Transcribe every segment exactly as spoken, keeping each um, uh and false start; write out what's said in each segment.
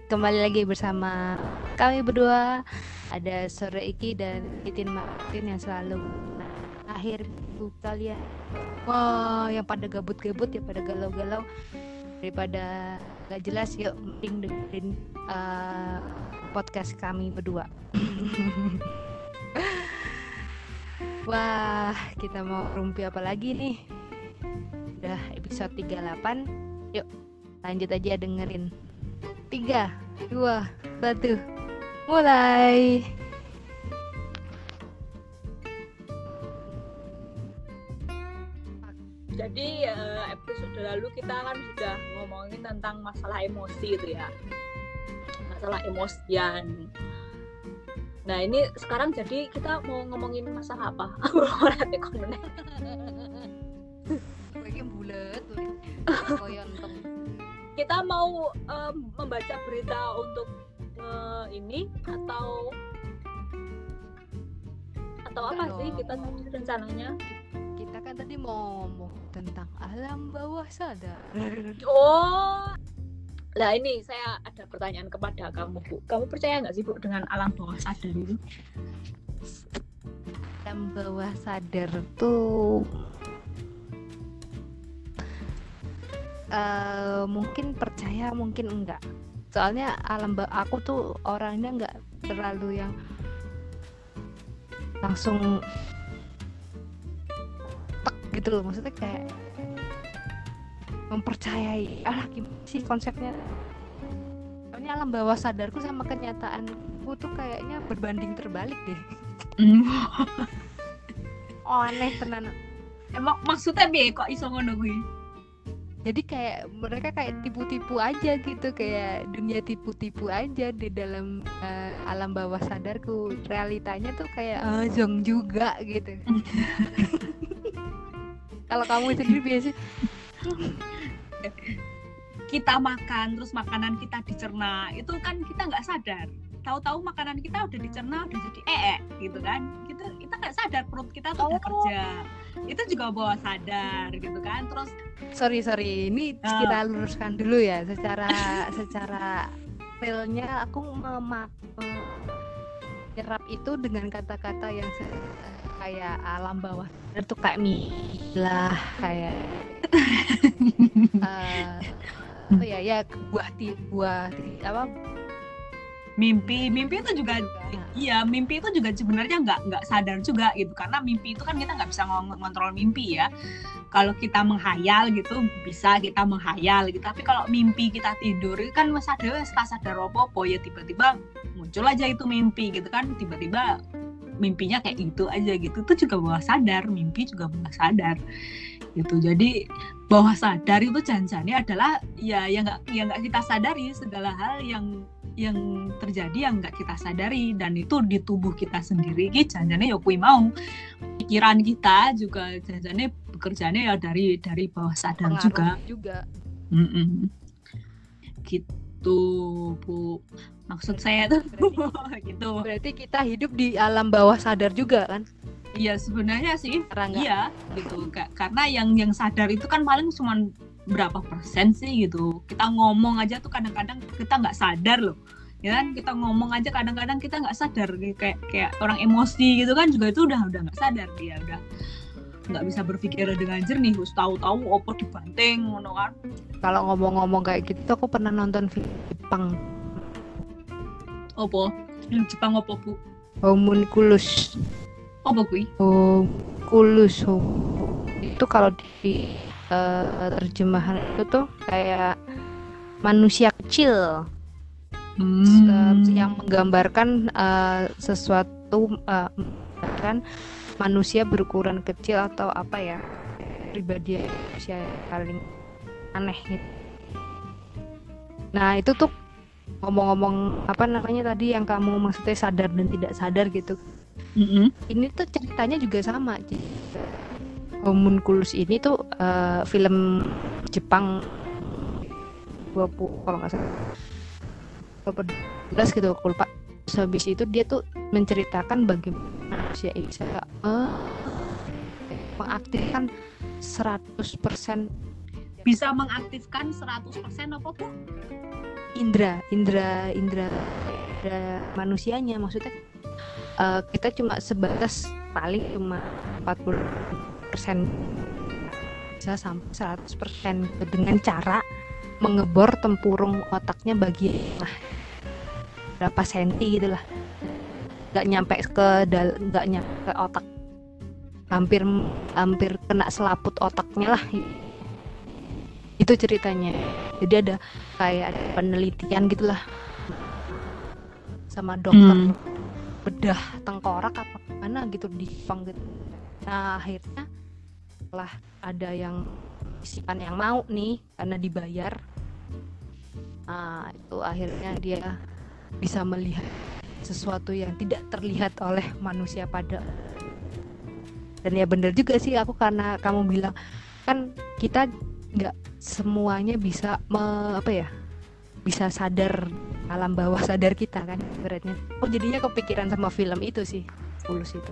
kembali lagi bersama kami berdua. Ada Sore Iki dan Titin Martin yang selalu nah, akhir minggu kalian. Wah, yang pada gabut-gabut, ya pada galau-galau, daripada gak jelas, yuk mending dengerin uh, podcast kami berdua. Wah, kita mau rumpi apa lagi nih? Udah episode tiga puluh delapan. Yuk lanjut aja dengerin. Tiga, dua, satu, mulai. Jadi episode lalu kita kan sudah ngomongin tentang masalah emosi itu ya, masalah emosian. Nah ini sekarang jadi kita mau ngomongin masalah apa? Bagian bulat, koyontong. Kita mau um, membaca berita untuk uh, ini atau atau apa Enggak sih dong. kita tadi rencananya? Kita kan tadi mau ngomong tentang alam bawah sadar. Oh, lah ini saya ada pertanyaan kepada kamu, Bu. Kamu percaya nggak sih, Bu, dengan alam bawah sadar itu? Alam bawah sadar tuh uh, mungkin percaya, mungkin enggak. Soalnya alam bawah aku tuh orangnya enggak terlalu yang langsung tek gitu loh, maksudnya kayak mempercayai. Ah, gimana sih konsepnya? Soalnya alam bawah sadarku sama kenyataanku tuh kayaknya berbanding terbalik deh. Oh, aneh tenan. Emang maksudnya piye kok iso ngono kuwi? Jadi kayak mereka kayak tipu-tipu aja gitu, kayak dunia tipu-tipu aja di dalam uh, alam bawah sadarku. Realitanya tuh kayak uh, zong juga gitu. Kalau kamu sendiri biasa kita makan terus makanan kita dicerna, itu kan kita nggak sadar. Tahu-tahu makanan kita udah dicerna, udah jadi ee gitu kan. Kita kita nggak sadar perut kita tuh udah kerja. Itu juga bawah sadar gitu kan. Terus sorry sorry ini uh, kita luruskan dulu ya, secara secara realnya aku memak menyerap itu dengan kata-kata yang kayak alam bawah itu kayak milah, kayak uh, oh ya ya buah ti buah ti, apa mimpi mimpi itu juga iya mimpi itu juga sebenarnya nggak nggak sadar juga gitu, karena mimpi itu kan kita nggak bisa ng- ngontrol mimpi ya. Kalau kita menghayal gitu bisa kita menghayal gitu, tapi kalau mimpi kita tidur kan mas sadar setelah sadar apa-apa ya tiba-tiba muncul aja itu mimpi gitu kan, tiba-tiba mimpinya kayak gitu aja gitu. Itu juga bawah sadar, mimpi juga bawah sadar gitu. Jadi bawah sadar itu janjinya adalah ya yang nggak yang nggak kita sadari, segala hal yang yang terjadi yang nggak kita sadari, dan itu di tubuh kita sendiri gitu janjinya ya kui mau. Pikiran kita juga janjinya bekerjanya ya dari dari bawah sadar juga juga Mm-mm. gitu Bu, maksud saya tuh gitu. Berarti kita hidup di alam bawah sadar juga kan? Iya sebenarnya sih, Rangga. Iya gitu. K- karena yang yang sadar itu kan paling cuma berapa persen sih gitu. Kita ngomong aja tuh kadang-kadang kita nggak sadar loh, ya kan? Kita ngomong aja kadang-kadang kita nggak sadar, kayak kayak orang emosi gitu kan juga itu udah udah nggak sadar, dia udah nggak bisa berpikir dengan jernih. Terus tahu-tahu opo dibanting ngono kan. Kalau ngomong-ngomong kayak gitu, aku pernah nonton film Jepang. Opo? Film Jepang opo Bu? Homunculus. Opo kuwi? Homunculus. Itu kalau di uh, terjemahan itu tuh kayak manusia kecil Hmm. uh, yang menggambarkan uh, sesuatu uh, kan manusia berukuran kecil atau apa ya, pribadi manusia yang paling aneh gitu. Nah itu tuh ngomong-ngomong apa namanya tadi yang kamu maksudnya sadar dan tidak sadar gitu. Mm-hmm. Ini tuh ceritanya juga sama. Homunculus ini tuh uh, film Jepang dua puluh kalau nggak salah dua puluh belas gitu, aku lupa. Terus habis itu dia tuh menceritakan bagaimana manusia bisa uh, mengaktifkan seratus persen bisa mengaktifkan seratus persen apa Bu? indra indra indra indra manusianya, maksudnya uh, kita cuma sebatas paling cuma empat puluh persen bisa sampai seratus persen dengan cara mengebor tempurung otaknya bagian nah, berapa senti gitu lah, nggak nyampe ke dal nggak nyampe ke otak, hampir hampir kena selaput otaknya lah. Itu ceritanya. Jadi ada kayak ada penelitian gitulah sama dokter hmm. bedah tengkorak apa mana gitu di Jepang gitu. Nah akhirnya setelah ada yang isikan yang mau nih karena dibayar, nah itu akhirnya dia bisa melihat sesuatu yang tidak terlihat oleh manusia pada. Dan ya bener juga sih aku, karena kamu bilang kan kita nggak semuanya bisa me, apa ya bisa sadar alam bawah sadar kita kan beratnya. Oh jadinya kepikiran sama film itu sih, Fulus itu.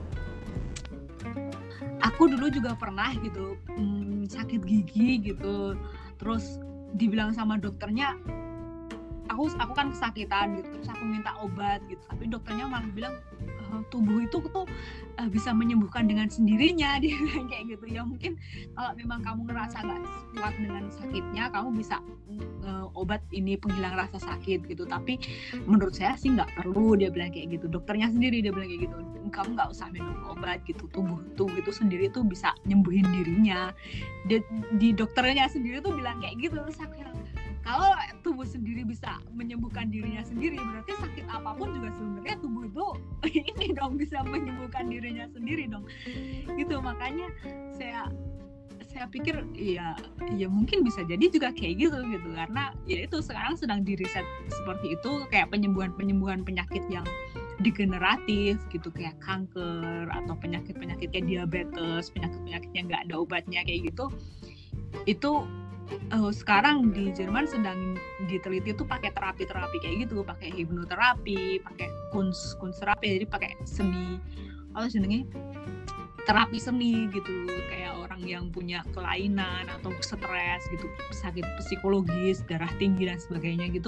Aku dulu juga pernah gitu hmm, sakit gigi gitu, terus dibilang sama dokternya aku aku kan kesakitan gitu, terus aku minta obat gitu, tapi dokternya malah bilang e, tubuh itu tuh uh, bisa menyembuhkan dengan sendirinya. Dia bilang kayak gitu. Ya mungkin kalau memang kamu ngerasa gak kuat dengan sakitnya, kamu bisa uh, obat ini penghilang rasa sakit gitu, tapi menurut saya sih nggak perlu. Dia bilang kayak gitu, dokternya sendiri dia bilang kayak gitu, kamu nggak usah minum obat gitu, tubuh tubuh itu sendiri tuh bisa nyembuhin dirinya. Di, di dokternya sendiri tuh bilang kayak gitu. Terus aku bilang, kalau tubuh sendiri bisa menyembuhkan dirinya sendiri, berarti sakit apapun juga sebenarnya tubuh itu ini dong bisa menyembuhkan dirinya sendiri dong. Gitu, makanya saya saya pikir ya ya mungkin bisa jadi juga kayak gitu gitu, karena ya itu sekarang sedang diriset seperti itu, kayak penyembuhan-penyembuhan penyakit yang degeneratif gitu, kayak kanker atau penyakit-penyakit kayak diabetes, penyakit-penyakit yang nggak ada obatnya kayak gitu. Itu Uh, sekarang di Jerman sedang diteliti tuh pakai terapi-terapi kayak gitu, pakai hipnoterapi, pakai kunst kunstterapi, jadi pakai seni apa jenenge terapi seni gitu, kayak orang yang punya kelainan atau stres gitu, sakit psikologis, darah tinggi dan sebagainya gitu.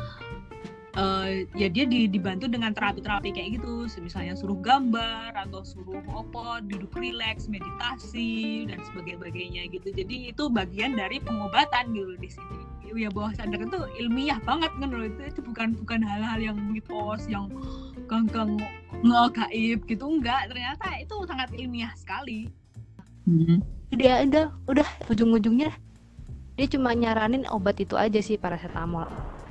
Uh, ya dia di, dibantu dengan terapi-terapi kayak gitu, misalnya suruh gambar atau suruh opo, duduk rileks, meditasi dan sebagainya gitu. Jadi itu bagian dari pengobatan gitu di sini. Ya bawah sadar itu ilmiah banget kan loh, itu, itu bukan bukan hal-hal yang mitos, yang gang-gang gaib gitu, enggak. Ternyata itu sangat ilmiah sekali. Hmm. Dia udah udah ujung-ujungnya dia cuma nyaranin obat itu aja sih, paracetamol.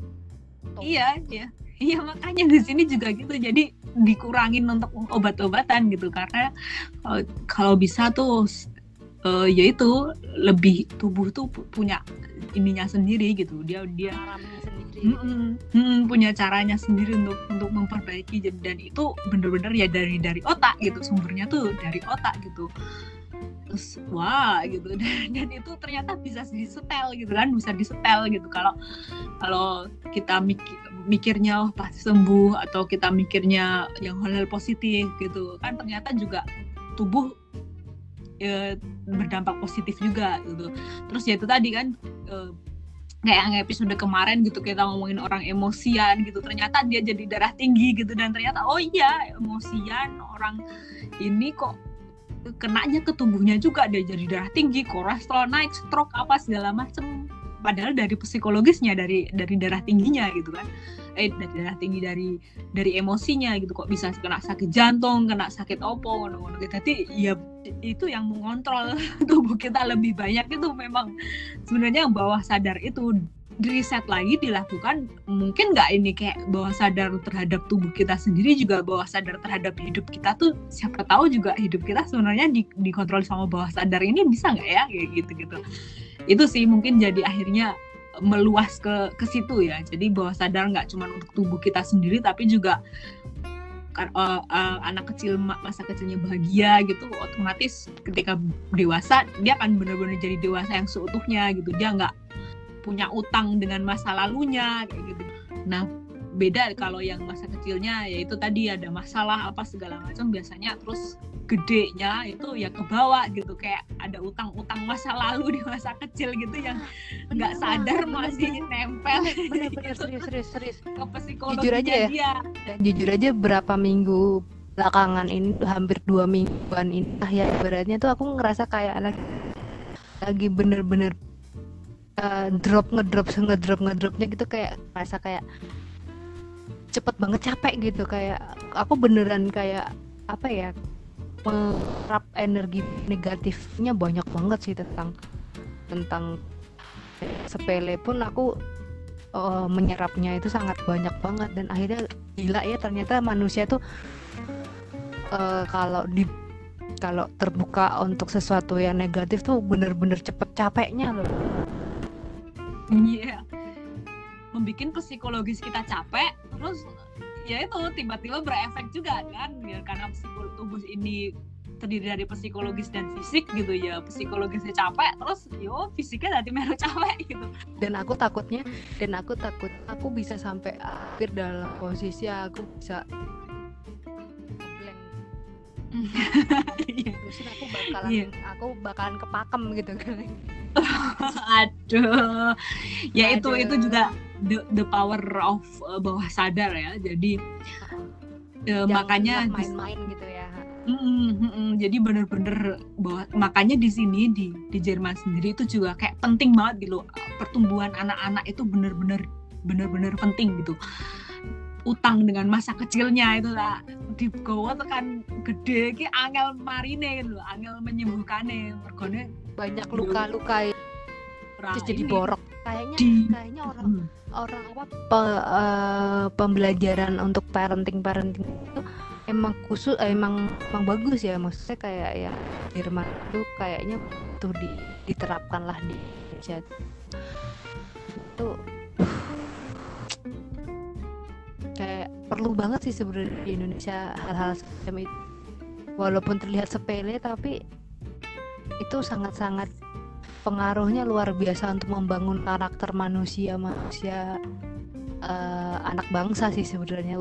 Iya, iya, iya makanya di sini juga gitu. Jadi dikurangin untuk obat-obatan gitu, karena uh, kalau bisa tuh, uh, yaitu lebih tubuh tuh punya ininya sendiri gitu. Dia dia sendiri. Mm-mm, mm, punya caranya sendiri untuk untuk memperbaiki, dan itu bener-bener ya dari dari otak gitu, sumbernya tuh dari otak gitu. Terus wah gitu, dan, dan itu ternyata bisa disetel gitu kan, bisa disetel gitu. Kalau kalau kita mikir, mikirnya oh pasti sembuh, atau kita mikirnya yang hal-hal positif gitu kan, ternyata juga tubuh e, berdampak positif juga gitu. Terus ya itu tadi kan e, kayak yang episode kemarin gitu, kita ngomongin orang emosian gitu, ternyata dia jadi darah tinggi gitu, dan ternyata oh iya emosian orang ini kok kenanya ke tubuhnya juga, dia jadi darah tinggi, kolesterol naik, stroke apa segala macem, padahal dari psikologisnya, dari dari darah tingginya gitu kan, eh dari darah tinggi dari dari emosinya gitu, kok bisa kena sakit jantung, kena sakit opo ngono-ngono. Jadi ya itu yang mengontrol tubuh kita lebih banyak itu memang sebenarnya yang bawah sadar itu. Riset lagi dilakukan, mungkin nggak ini kayak bawah sadar terhadap tubuh kita sendiri juga bawah sadar terhadap hidup kita tuh, siapa tahu juga hidup kita sebenarnya di, dikontrol sama bawah sadar ini, bisa nggak ya kayak gitu-gitu. Itu sih mungkin jadi akhirnya meluas ke ke situ ya. Jadi bawah sadar nggak cuma untuk tubuh kita sendiri, tapi juga kan uh, uh, anak kecil masa kecilnya bahagia gitu, otomatis ketika dewasa dia akan benar-benar jadi dewasa yang seutuhnya gitu, dia nggak punya utang dengan masa lalunya kayak gitu. Nah beda kalau yang masa kecilnya yaitu tadi ada masalah apa segala macam biasanya, terus gedenya itu ya ke bawah gitu, kayak ada utang-utang masa lalu di masa kecil gitu yang nggak sadar masih nempel. Bener-bener serius serius serius. Ke psikologinya Jujur aja ya. dia. Dan jujur aja berapa minggu belakangan ini, hampir dua mingguan ini, ah ya ibaratnya tuh aku ngerasa kayak lagi lagi bener-bener uh, drop ngedrop ngedrop ngedropnya gitu, kayak merasa kayak cepet banget capek gitu, kayak aku beneran kayak apa ya, merap energi negatifnya banyak banget sih tentang tentang sepele pun aku uh, menyerapnya itu sangat banyak banget. Dan akhirnya gila ya, ternyata manusia tuh uh, kalau di kalau terbuka untuk sesuatu yang negatif tuh bener-bener cepet capeknya loh. Iya, yeah. Membikin psikologis kita capek, terus ya itu tiba-tiba berefek juga kan, ya karena psikologis tubuh ini terdiri dari psikologis dan fisik gitu ya, psikologisnya capek, terus yo fisiknya nanti melu capek gitu. Dan aku takutnya, dan aku takut aku bisa sampai akhir dalam posisi aku bisa blank. Terus aku bakalan yeah. aku bakalan kepakem gitu kan. Aduh, ya Aduh. itu itu juga the the power of uh, bawah sadar ya. Jadi uh, makanya main-main gitu ya. Mm, mm, mm, jadi bener-bener bahwa makanya di sini di di Jerman sendiri itu juga kayak penting banget gitu, pertumbuhan anak-anak itu bener-bener bener-bener penting gitu. Utang dengan masa kecilnya itu lah digowo tekan gede ki angel marine gitu, angel menyembuhkane, mergone banyak luka-luka terus jadi borok. Kayaknya di, kayaknya orang hmm. orang apa pe, uh, pembelajaran untuk parenting parenting itu emang khusus, emang emang bagus ya, maksudnya kayak ya Jerman itu kayaknya tuh di, diterapkan lah di Indonesia itu kayak perlu banget sih sebenarnya di Indonesia hal-hal semacam itu, walaupun terlihat sepele tapi itu sangat-sangat pengaruhnya luar biasa untuk membangun karakter manusia manusia uh, anak bangsa sih sebenarnya.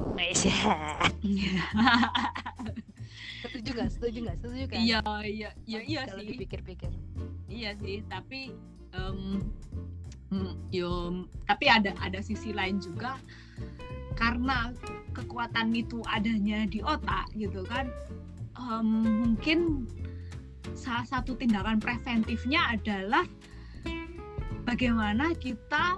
Setuju nggak? Setuju nggak? Setuju kan? Iya iya iya iya kalau sih. Dipikir-pikir. Iya sih, tapi um, yo tapi ada ada sisi lain juga, karena kekuatan itu adanya di otak gitu kan. Um, mungkin salah satu tindakan preventifnya adalah bagaimana kita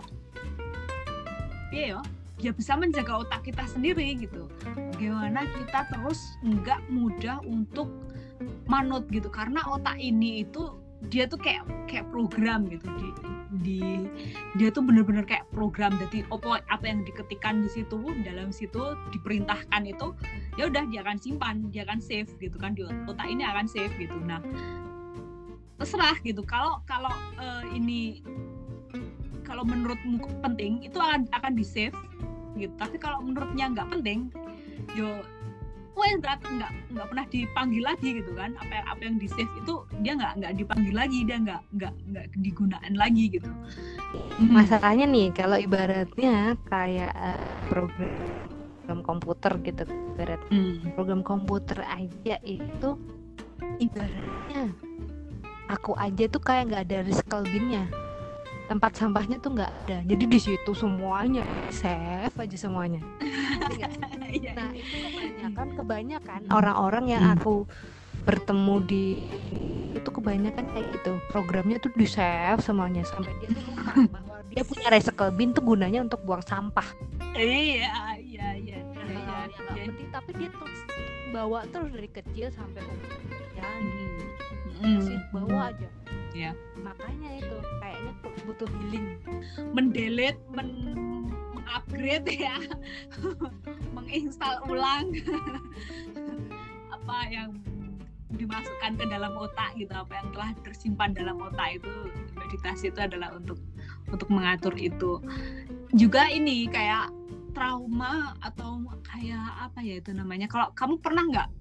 ya ya bisa menjaga otak kita sendiri gitu. Bagaimana kita terus nggak mudah untuk manut gitu, karena otak ini itu dia tuh kayak kayak program gitu, di, di dia tuh benar-benar kayak program. Jadi apa apa yang diketikkan di situ, dalam situ diperintahkan itu ya udah dia akan simpan, dia akan save gitu kan, di otak ini akan save gitu. Nah terserah gitu, kalau kalau uh, ini kalau menurutmu penting itu akan akan di save gitu, tapi kalau menurutnya nggak penting yo wah berarti nggak nggak pernah dipanggil lagi gitu kan, apa yang apa yang di save itu dia nggak nggak dipanggil lagi, dia nggak nggak nggak digunakan lagi gitu. Masalahnya nih kalau ibaratnya kayak uh, program program komputer gitu, ibarat hmm. program komputer aja itu ibaratnya aku aja tuh kayak nggak ada recycle bin-nya, tempat sampahnya tuh nggak ada, jadi di situ semuanya save aja semuanya. Nah itu kebanyakan kebanyakan orang-orang yang aku bertemu di itu kebanyakan kayak gitu, programnya tuh di save semuanya sampai dia tuh lupa bahwa dia punya recycle bin tuh gunanya untuk buang sampah. Iya iya iya Nah, iya, iya, iya. Penting, tapi dia terus bawa terus dari kecil sampai umur ya masih mm. bawa aja. Ya. Makanya itu kayaknya butuh healing, mendelete, men mengupgrade ya, menginstal ulang apa yang dimasukkan ke dalam otak gitu, apa yang telah tersimpan dalam otak itu. Meditasi itu adalah untuk untuk mengatur itu. Juga ini kayak trauma atau kayak apa ya itu namanya, kalau kamu pernah nggak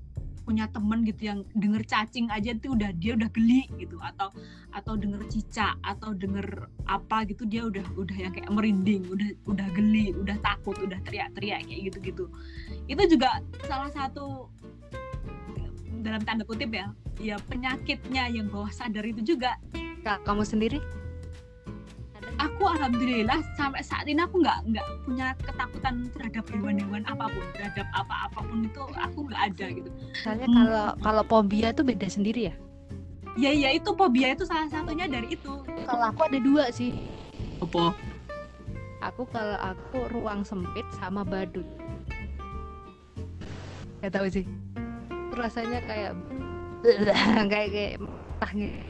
punya temen gitu yang denger cacing aja tuh udah dia udah geli gitu, atau atau denger cicak atau denger apa gitu dia udah udah yang kayak merinding, udah udah geli, udah takut, udah teriak-teriak kayak gitu-gitu. Itu juga salah satu dalam tanda kutip ya, ya penyakitnya yang bawah sadar itu juga. Kak, kamu sendiri? Aku alhamdulillah sampai saat ini aku nggak nggak punya ketakutan terhadap hewan-hewan apapun, terhadap apa-apapun itu aku nggak ada gitu. Soalnya Hmm. kalau kalau fobia tuh beda sendiri ya. Ya ya itu fobia itu salah satunya dari itu. Kalau aku ada dua sih. Apa? Aku kalau aku ruang sempit sama badut. Gak tahu sih. Itu rasanya kayak kayak kayak mentah gitu.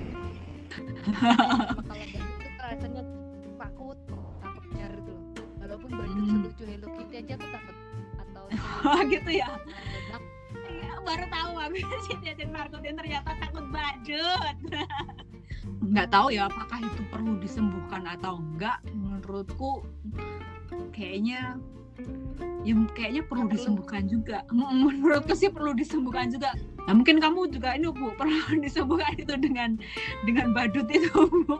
Kalau badut itu rasanya takut, takut nyar itu. Walaupun badut Hmm. selucu Hello Kitty aja aku takut. Atau Oh gitu ya. bedak. Ya, baru tahu aku si Titin Markutin ternyata takut badut. Nggak tahu ya apakah itu perlu disembuhkan atau enggak. Menurutku kayaknya ya kayaknya perlu Perlu. disembuhkan juga. Menurutku sih perlu disembuhkan juga. Nah, mungkin kamu juga ini Bu perlu disembuhkan itu dengan dengan badut itu Bu.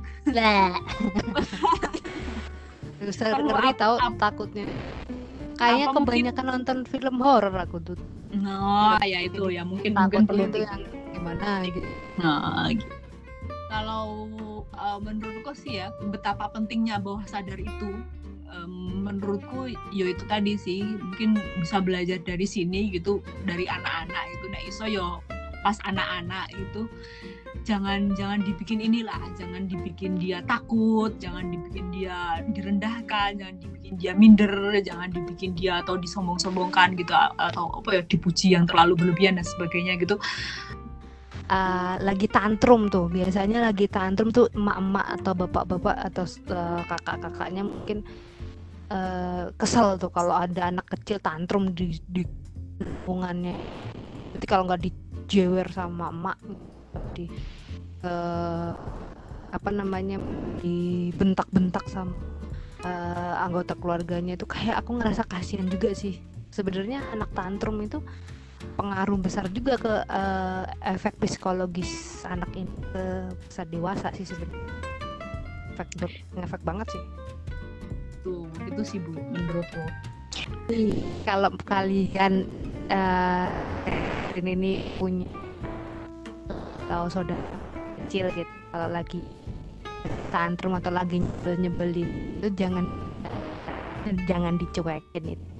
Terus Perlu ngeri ap- tahu ap- takutnya. Kayaknya apa mungkin- kebanyakan nonton film horor aku tuh. Nah ya itu ya mungkin mungkin Takutnya perlu itu di- yang gimana gitu. Nah, gitu. Kalau uh, menurutku sih ya betapa pentingnya bawah sadar itu, um, menurutku yo itu tadi sih mungkin bisa belajar dari sini gitu, dari anak-anak itu. Nah iso yo pas anak-anak itu jangan jangan dibikin inilah, jangan dibikin dia takut, jangan dibikin dia direndahkan, jangan dibikin dia minder, jangan dibikin dia atau disombong-sombongkan gitu, atau apa ya dipuji yang terlalu berlebihan dan sebagainya gitu. Uh, lagi tantrum tuh biasanya lagi tantrum tuh emak-emak atau bapak-bapak atau uh, kakak-kakaknya mungkin uh, kesel tuh kalau ada anak kecil tantrum di di lingkungannya. Jadi kalau nggak dijewer sama emak, di uh, apa namanya dibentak-bentak sama uh, anggota keluarganya itu kayak aku ngerasa kasihan juga sih. Sebenarnya anak tantrum itu pengaruh besar juga ke uh, efek psikologis anak ini ke masa dewasa sih sebenarnya. Efek ber- ngefek banget sih. Tuh, itu sih Bu menurutku. Kalau kalian uh, ini, ini punya atau saudara kecil gitu, kalau lagi tantrum atau lagi nyebelin itu jangan jangan dicuekin itu.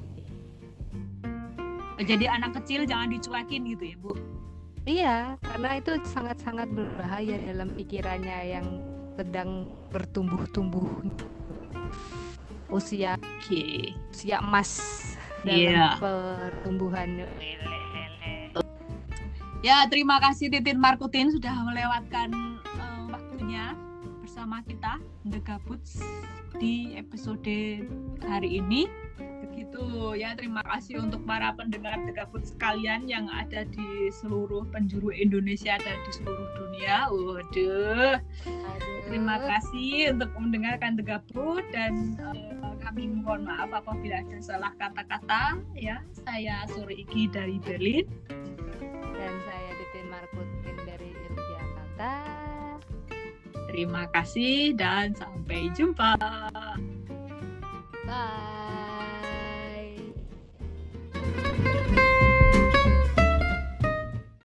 Jadi anak kecil jangan dicuekin gitu ya Bu. Iya, karena itu sangat-sangat berbahaya dalam pikirannya yang sedang bertumbuh-tumbuh usia Oke. usia emas dalam Iya. pertumbuhan. Ya, terima kasih Titin Markutin sudah melewatkan uh, waktunya bersama kita The Gabuts di episode hari ini. Begitu ya, terima kasih untuk para pendengar The Gabuts sekalian yang ada di seluruh penjuru Indonesia dan di seluruh dunia. Waduh. Terima kasih untuk mendengarkan The Gabuts dan uh, kami mohon maaf apabila ada salah kata-kata ya. Saya Sore Iki dari Berlin. Dan saya Titin Markutin dari Yogyakarta. Terima kasih dan sampai jumpa.